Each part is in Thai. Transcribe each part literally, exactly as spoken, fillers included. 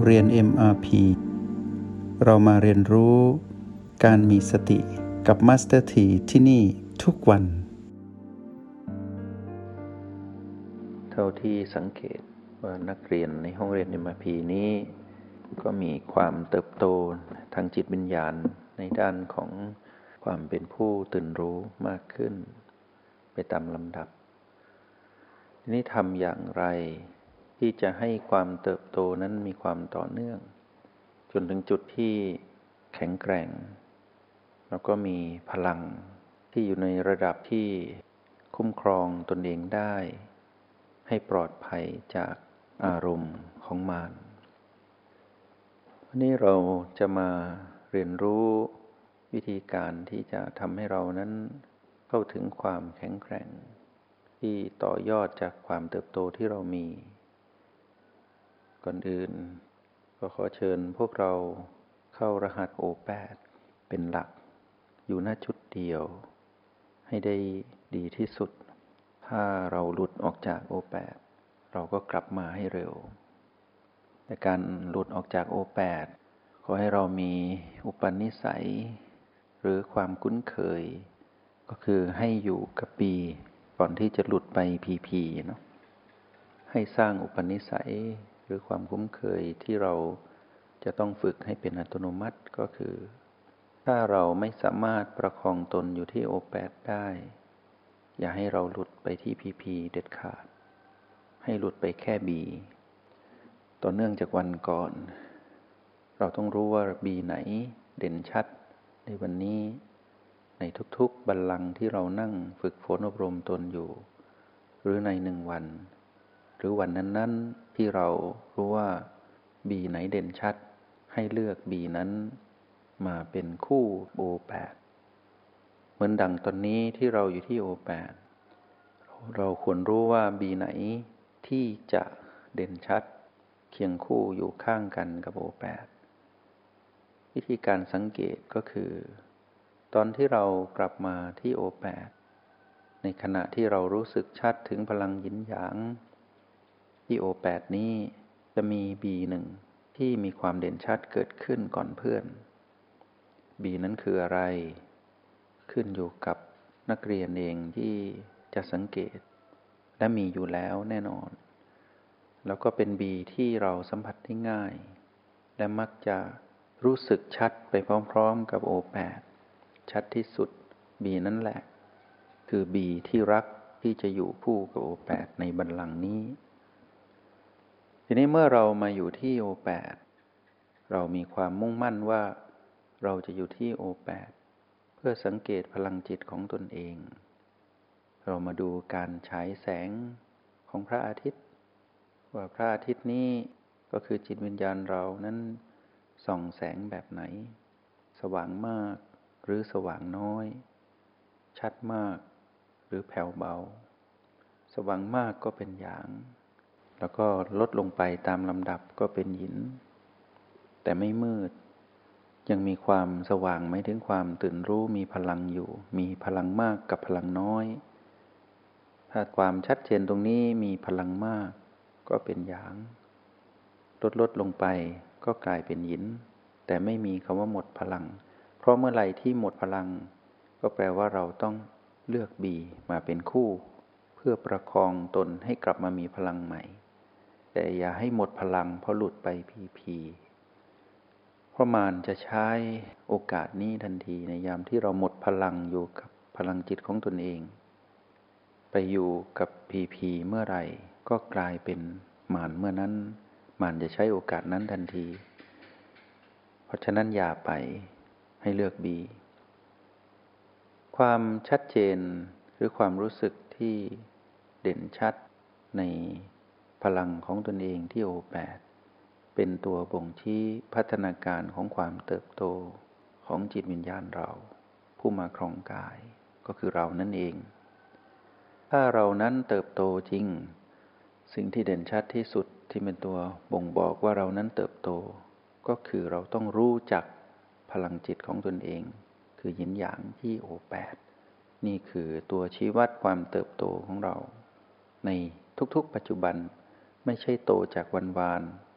เรียน เอ็ม อาร์ พี เรามาเรียนรู้การมีสติกับ Master T ที่นี่ทุกวันเท่าที่สังเกตว่านักเรียนในห้องเรียน เอ็ม อาร์ พี นี้ก็มีความเติบโตทางจิตวิญญาณในด้านของความเป็นผู้ตื่นรู้มากขึ้นไปตามลำดับทีนี้ทำอย่างไรที่จะให้ความเติบโตนั้นมีความต่อเนื่องจนถึงจุดที่แข็งแกร่งแล้วก็มีพลังที่อยู่ในระดับที่คุ้มครองตนเองได้ให้ปลอดภัยจากอารมณ์ของมารวันนี้เราจะมาเรียนรู้วิธีการที่จะทำให้เรานั้นเข้าถึงความแข็งแกร่งที่ต่อยอดจากความเติบโตที่เรามีก่อนอื่นก็ขอเชิญพวกเราเข้ารหัส โอ แปด เป็นหลักอยู่ณจุดเดียวให้ได้ดีที่สุดถ้าเราหลุดออกจาก โอ แปด เราก็กลับมาให้เร็วแต่การหลุดออกจาก โอ แปด ขอให้เรามีอุปนิสัยหรือความคุ้นเคยก็คือให้อยู่กับ B ก่อนที่จะหลุดไป พี พี เนาะให้สร้างอุปนิสัยหรือความคุ้นเคยที่เราจะต้องฝึกให้เป็นอัตโนมัติก็คือถ้าเราไม่สามารถประคองตนอยู่ที่ โอ แปด ได้อย่าให้เราหลุดไปที่ พี พี เด็ดขาดให้หลุดไปแค่ B ต่อเนื่องจากวันก่อนเราต้องรู้ว่า B ไหนเด่นชัดในวันนี้ในทุกๆบัลลังก์ที่เรานั่งฝึกฝนอบรมตนอยู่หรือในหนึ่งวันหรือวันนั้นๆที่เรารู้ว่า B ไหนเด่นชัดให้เลือก B นั้นมาเป็นคู่ โอ แปด เหมือนดังตอนนี้ที่เราอยู่ที่ โอ แปด เราควรรู้ว่า B ไหนที่จะเด่นชัดเคียงคู่อยู่ข้างกันกับ โอ แปด วิธีการสังเกตก็คือตอนที่เรากลับมาที่ โอ แปด ในขณะที่เรารู้สึกชัดถึงพลังหยินหยางที่ โอ แปด นี้จะมี B หนึ่งที่มีความเด่นชัดเกิดขึ้นก่อนเพื่อน B นั้นคืออะไรขึ้นอยู่กับนักเรียนเองที่จะสังเกตและมีอยู่แล้วแน่นอนแล้วก็เป็น B ที่เราสัมผัสได้ง่ายและมักจะรู้สึกชัดไปพร้อมๆกับ โอ แปด ชัดที่สุด B นั่นแหละคือ B ที่รักที่จะอยู่คู่กับ โอ แปด ในบัลลังก์นี้ทีนี้เมื่อเรามาอยู่ที่ โอ แปด เรามีความมุ่งมั่นว่าเราจะอยู่ที่ โอ แปด เพื่อสังเกตพลังจิตของตนเองเรามาดูการฉายแสงของพระอาทิตย์ว่าพระอาทิตย์นี้ก็คือจิตวิญญาณเรานั้นส่องแสงแบบไหนสว่างมากหรือสว่างน้อยชัดมากหรือแผ่วเบาสว่างมากก็เป็นหยางแล้วก็ลดลงไปตามลำดับก็เป็นหยินแต่ไม่มืดยังมีความสว่างไม่ถึงความตื่นรู้มีพลังอยู่มีพลังมากกับพลังน้อยถ้าความชัดเจนตรงนี้มีพลังมากก็เป็นหยางลดลดลงไปก็กลายเป็นหยินแต่ไม่มีคำว่าหมดพลังเพราะเมื่อไหร่ที่หมดพลังก็แปลว่าเราต้องเลือก B มาเป็นคู่เพื่อประคองตนให้กลับมามีพลังใหม่แต่อย่าให้หมดพลังเพราะหลุดไป พี พี เพราะมารจะใช้โอกาสนี้ทันทีในยามที่เราหมดพลังอยู่กับพลังจิตของตนเองไปอยู่กับ พี พี เมื่อไหร่ก็กลายเป็นมารเมื่อนั้นมารจะใช้โอกาสนั้นทันทีเพราะฉะนั้นอย่าไปให้เลือก B ความชัดเจนหรือความรู้สึกที่เด่นชัดในพลังของตนเองที่ โอ แปด เป็นตัวบ่งชี้พัฒนาการของความเติบโตของจิตวิญญาณเราผู้มาครองกายก็คือเรานั่นเองถ้าเรานั้นเติบโตจริงสิ่งที่เด่นชัดที่สุดที่เป็นตัวบ่งบอกว่าเรานั้นเติบโตก็คือเราต้องรู้จักพลังจิตของตนเองคือหยินหยางที่ โอ แปด นี่คือตัวชี้วัดความเติบโตของเราในทุกๆปัจจุบันไม่ใช่โตจากวันวานห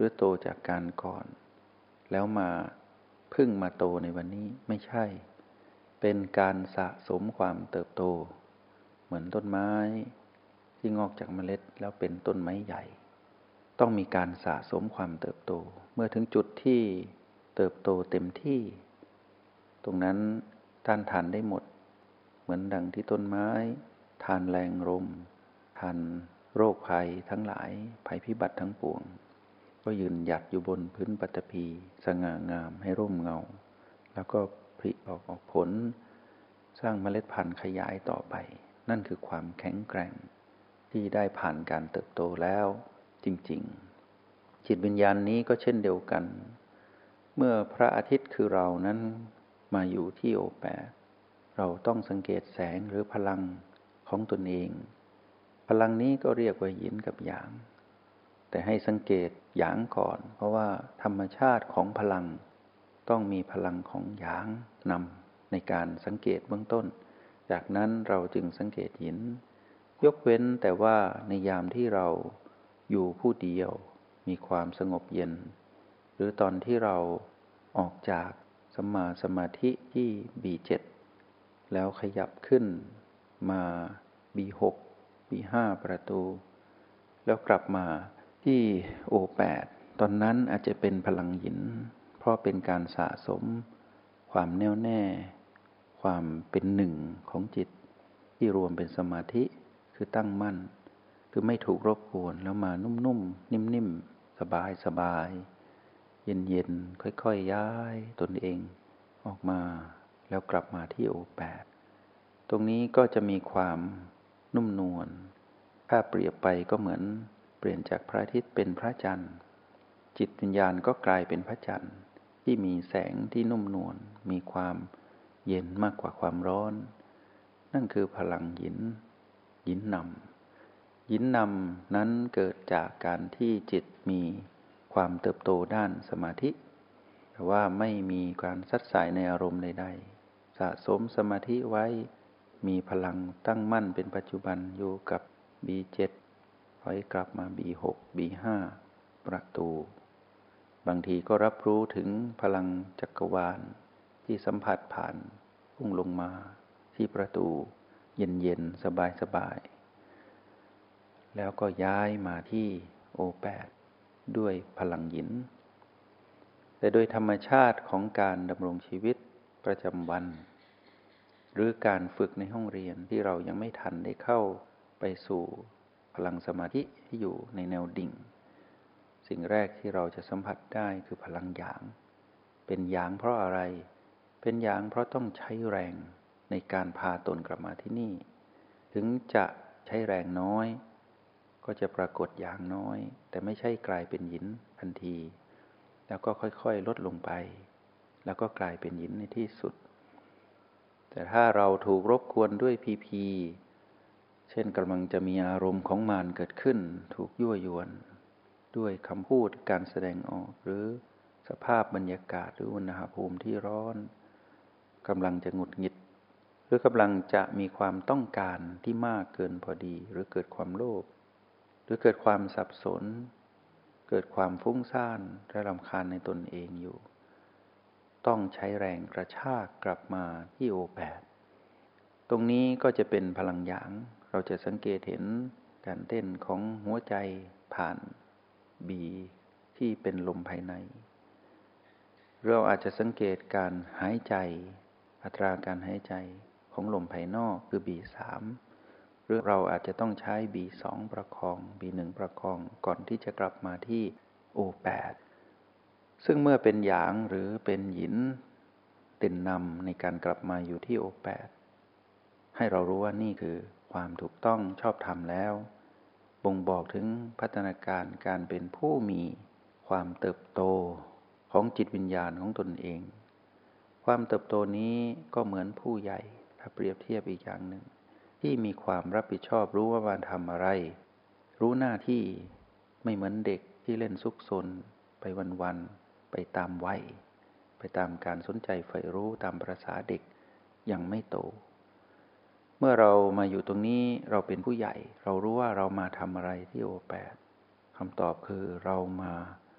รือโตจากการก่อนแล้วมาเพิ่งมาโตในวันนี้ไม่ใช่เป็นการสะสมความเติบโตเหมือนต้นไม้ที่งอกจากเมล็ดแล้วเป็นต้นไม้ใหญ่ต้องมีการสะสมความเติบโตเมื่อถึงจุดที่เติบโตเต็มที่ตรงนั้นต้านทานได้หมดเหมือนดังที่ต้นไม้ทานแรงลมทานโรคภัยทั้งหลายภัยพิบัติทั้งปวงก็ยืนหยัดอยู่บนพื้นปฐพีสง่างามให้ร่มเงาแล้วก็ผลิออกออกผลสร้างเมล็ดพันธุ์ขยายต่อไปนั่นคือความแข็งแกร่งที่ได้ผ่านการเติบโตแล้วจริงๆจิตวิญญาณนี้ก็เช่นเดียวกันเมื่อพระอาทิตย์คือเรานั้นมาอยู่ที่โอแปดเราต้องสังเกตแสงหรือพลังของตนเองพลังนี้ก็เรียกว่าหยินกับหยางแต่ให้สังเกตหยางก่อนเพราะว่าธรรมชาติของพลังต้องมีพลังของหยางนำในการสังเกตเบื้องต้นจากนั้นเราจึงสังเกตหยินยกเว้นแต่ว่าในยามที่เราอยู่ผู้เดียวมีความสงบเย็นหรือตอนที่เราออกจากสัมมาสมาธิที่ บี เจ็ด แล้วขยับขึ้นมา บี หก บี ห้า ประตูแล้วกลับมาที่ โอ แปด ตอนนั้นอาจจะเป็นพลังหยินเพราะเป็นการสะสมความแน่วแน่ความเป็นหนึ่งของจิตที่รวมเป็นสมาธิคือตั้งมั่นคือไม่ถูกรบกวนแล้วมานุ่มๆนิ่มๆสบายๆเย็นๆค่อยๆย้ายตนเองออกมาแล้วกลับมาที่ โอ แปด ตรงนี้ก็จะมีความนุ่มนวลถ้าเปรียบไปก็เหมือนเปลี่ยนจากพระอาทิตย์เป็นพระจันทร์จิตวิญญาณก็กลายเป็นพระจันทร์ที่มีแสงที่นุ่มนวลมีความเย็นมากกว่าความร้อนนั่นคือพลังหยินหยินนำหยินนำนั้นเกิดจากการที่จิตมีความเติบโตด้านสมาธิแต่ว่าไม่มีการซัดสายในอารมณ์ใดๆสะสมสมาธิไว้มีพลังตั้งมั่นเป็นปัจจุบันอยู่กับ บี เจ็ด ถอยกลับมา บี หก บี ห้า ประตูบางทีก็รับรู้ถึงพลังจักรวาลที่สัมผัสผ่านพุ่งลงมาที่ประตูเย็นๆสบายๆแล้วก็ย้ายมาที่ โอ แปด ด้วยพลังหยินแต่โดยธรรมชาติของการดำรงชีวิตประจำวันหรือการฝึกในห้องเรียนที่เรายังไม่ทันได้เข้าไปสู่พลังสมาธิที่อยู่ในแนวดิ่งสิ่งแรกที่เราจะสัมผัสได้คือพลังหยางเป็นหยางเพราะอะไรเป็นหยางเพราะต้องใช้แรงในการพาตนกลับมาที่นี่ถึงจะใช้แรงน้อยก็จะปรากฏหยางน้อยแต่ไม่ใช่กลายเป็นหยินทันทีแล้วก็ค่อยๆลดลงไปแล้วก็กลายเป็นหยินในที่สุดแต่ถ้าเราถูกรบกวนด้วยพีพีเช่นกำลังจะมีอารมณ์ของมารเกิดขึ้นถูกยั่วยวนด้วยคำพูดการแสดงออกหรือสภาพบรรยากาศหรืออุณหภูมิที่ร้อนกำลังจะหงุดหงิดหรือกำลังจะมีความต้องการที่มากเกินพอดีหรือเกิดความโลภหรือเกิดความสับสนเกิดความฟุ้งซ่านและรำคาญในตนเองอยู่ต้องใช้แรงกระชากกลับมาที่ โอ แปด ตรงนี้ก็จะเป็นพลังหยางเราจะสังเกตเห็นการเต้นของหัวใจผ่านบีที่เป็นลมภายในเราอาจจะสังเกตการหายใจอัตราการหายใจของลมภายนอกคือ บี สาม หรือเราอาจจะต้องใช้ บี สอง ประคอง บี หนึ่ง ประคองก่อนที่จะกลับมาที่ โอ แปด ซึ่งเมื่อเป็นหยางหรือเป็นหยินเด่นนำในการกลับมาอยู่ที่ โอ แปด ให้เรารู้ว่านี่คือความถูกต้องชอบธรรมแล้วบ่งบอกถึงพัฒนาการการเป็นผู้มีความเติบโตของจิตวิญญาณของตนเองความเติบโตนี้ก็เหมือนผู้ใหญ่ถ้าเปรียบเทียบอีกอย่างหนึ่งที่มีความรับผิดชอบรู้ว่ามันทำอะไรรู้หน้าที่ไม่เหมือนเด็กที่เล่นซุกซนไปวันๆไปตามวัยไปตามการสนใจใฝ่รู้ตามประสาเด็กยังไม่โตเมื่อเรามาอยู่ตรงนี้เราเป็นผู้ใหญ่เรารู้ว่าเรามาทำอะไรที่ โอ แปด คำตอบคือเรามา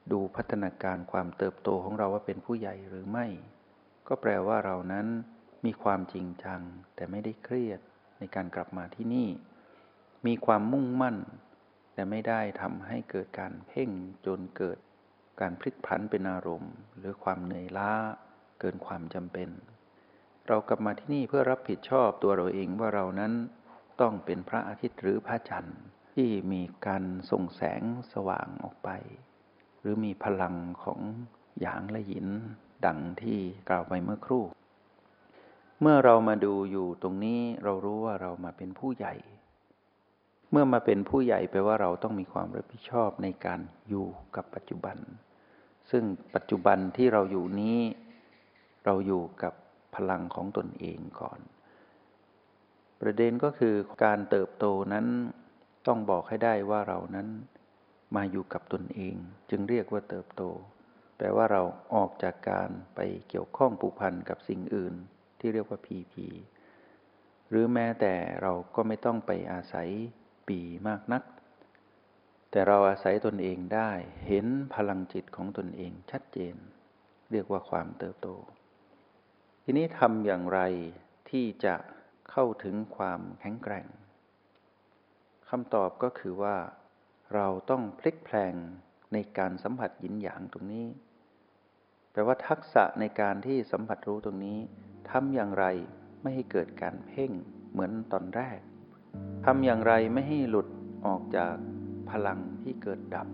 ดูพัฒนาการความเติบโตของเราว่าเป็นผู้ใหญ่หรือไม่ก็แปลว่าเรานั้นมีความจริงจังแต่ไม่ได้เครียดในการกลับมาที่นี่มีความมุ่งมั่นแต่ไม่ได้ทำให้เกิดการเพ่งจนเกิดการพลิกผันเป็นอารมณ์หรือความเหนื่อยล้าเกินความจำเป็นเรากลับมาที่นี่เพื่อรับผิดชอบตัวเราเองว่าเรานั้นต้องเป็นพระอาทิตย์หรือพระจันทร์ที่มีการส่งแสงสว่างออกไปหรือมีพลังของหยางและหยินดังที่กล่าวไปเมื่อครู่เมื่อเรามาดูอยู่ตรงนี้เรารู้ว่าเรามาเป็นผู้ใหญ่เมื่อมาเป็นผู้ใหญ่แปลว่าเราต้องมีความรับผิดชอบในการอยู่กับปัจจุบันซึ่งปัจจุบันที่เราอยู่นี้เราอยู่กับพลังของตนเองก่อนประเด็นก็คือการเติบโตนั้นต้องบอกให้ได้ว่าเรานั้นมาอยู่กับตนเองจึงเรียกว่าเติบโตแปลว่าเราออกจากการไปเกี่ยวข้องผูกพันกับสิ่งอื่นที่เรียกว่าพีพีหรือแม้แต่เราก็ไม่ต้องไปอาศัยปีมากนักแต่เราอาศัยตนเองได้เห็นพลังจิตของตนเองชัดเจนเรียกว่าความเติบโตทีนี้ทำอย่างไรที่จะเข้าถึงความแข็งแกร่งคำตอบก็คือว่าเราต้องพลิกแพลงในการสัมผัสหยินหยางตรงนี้แปลว่าทักษะในการที่สัมผัสรู้ตรงนี้ทำอย่างไรไม่ให้เกิดการเพ่งเหมือนตอนแรกทำอย่างไรไม่ให้หลุดออกจากพลังที่เกิดดับ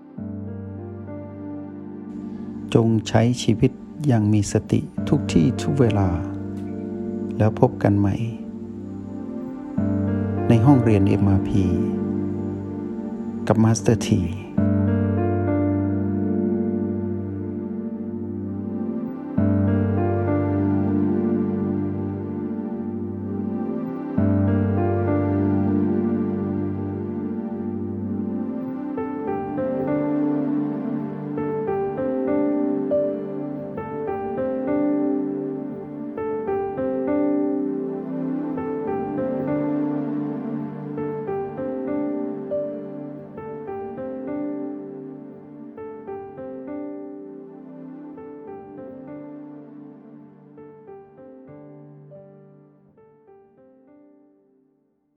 จงใช้ชีวิตอย่างมีสติทุกที่ทุกเวลาแล้วพบกันใหม่ในห้องเรียน เอ็ม อาร์ พี กับมาสเตอร์ที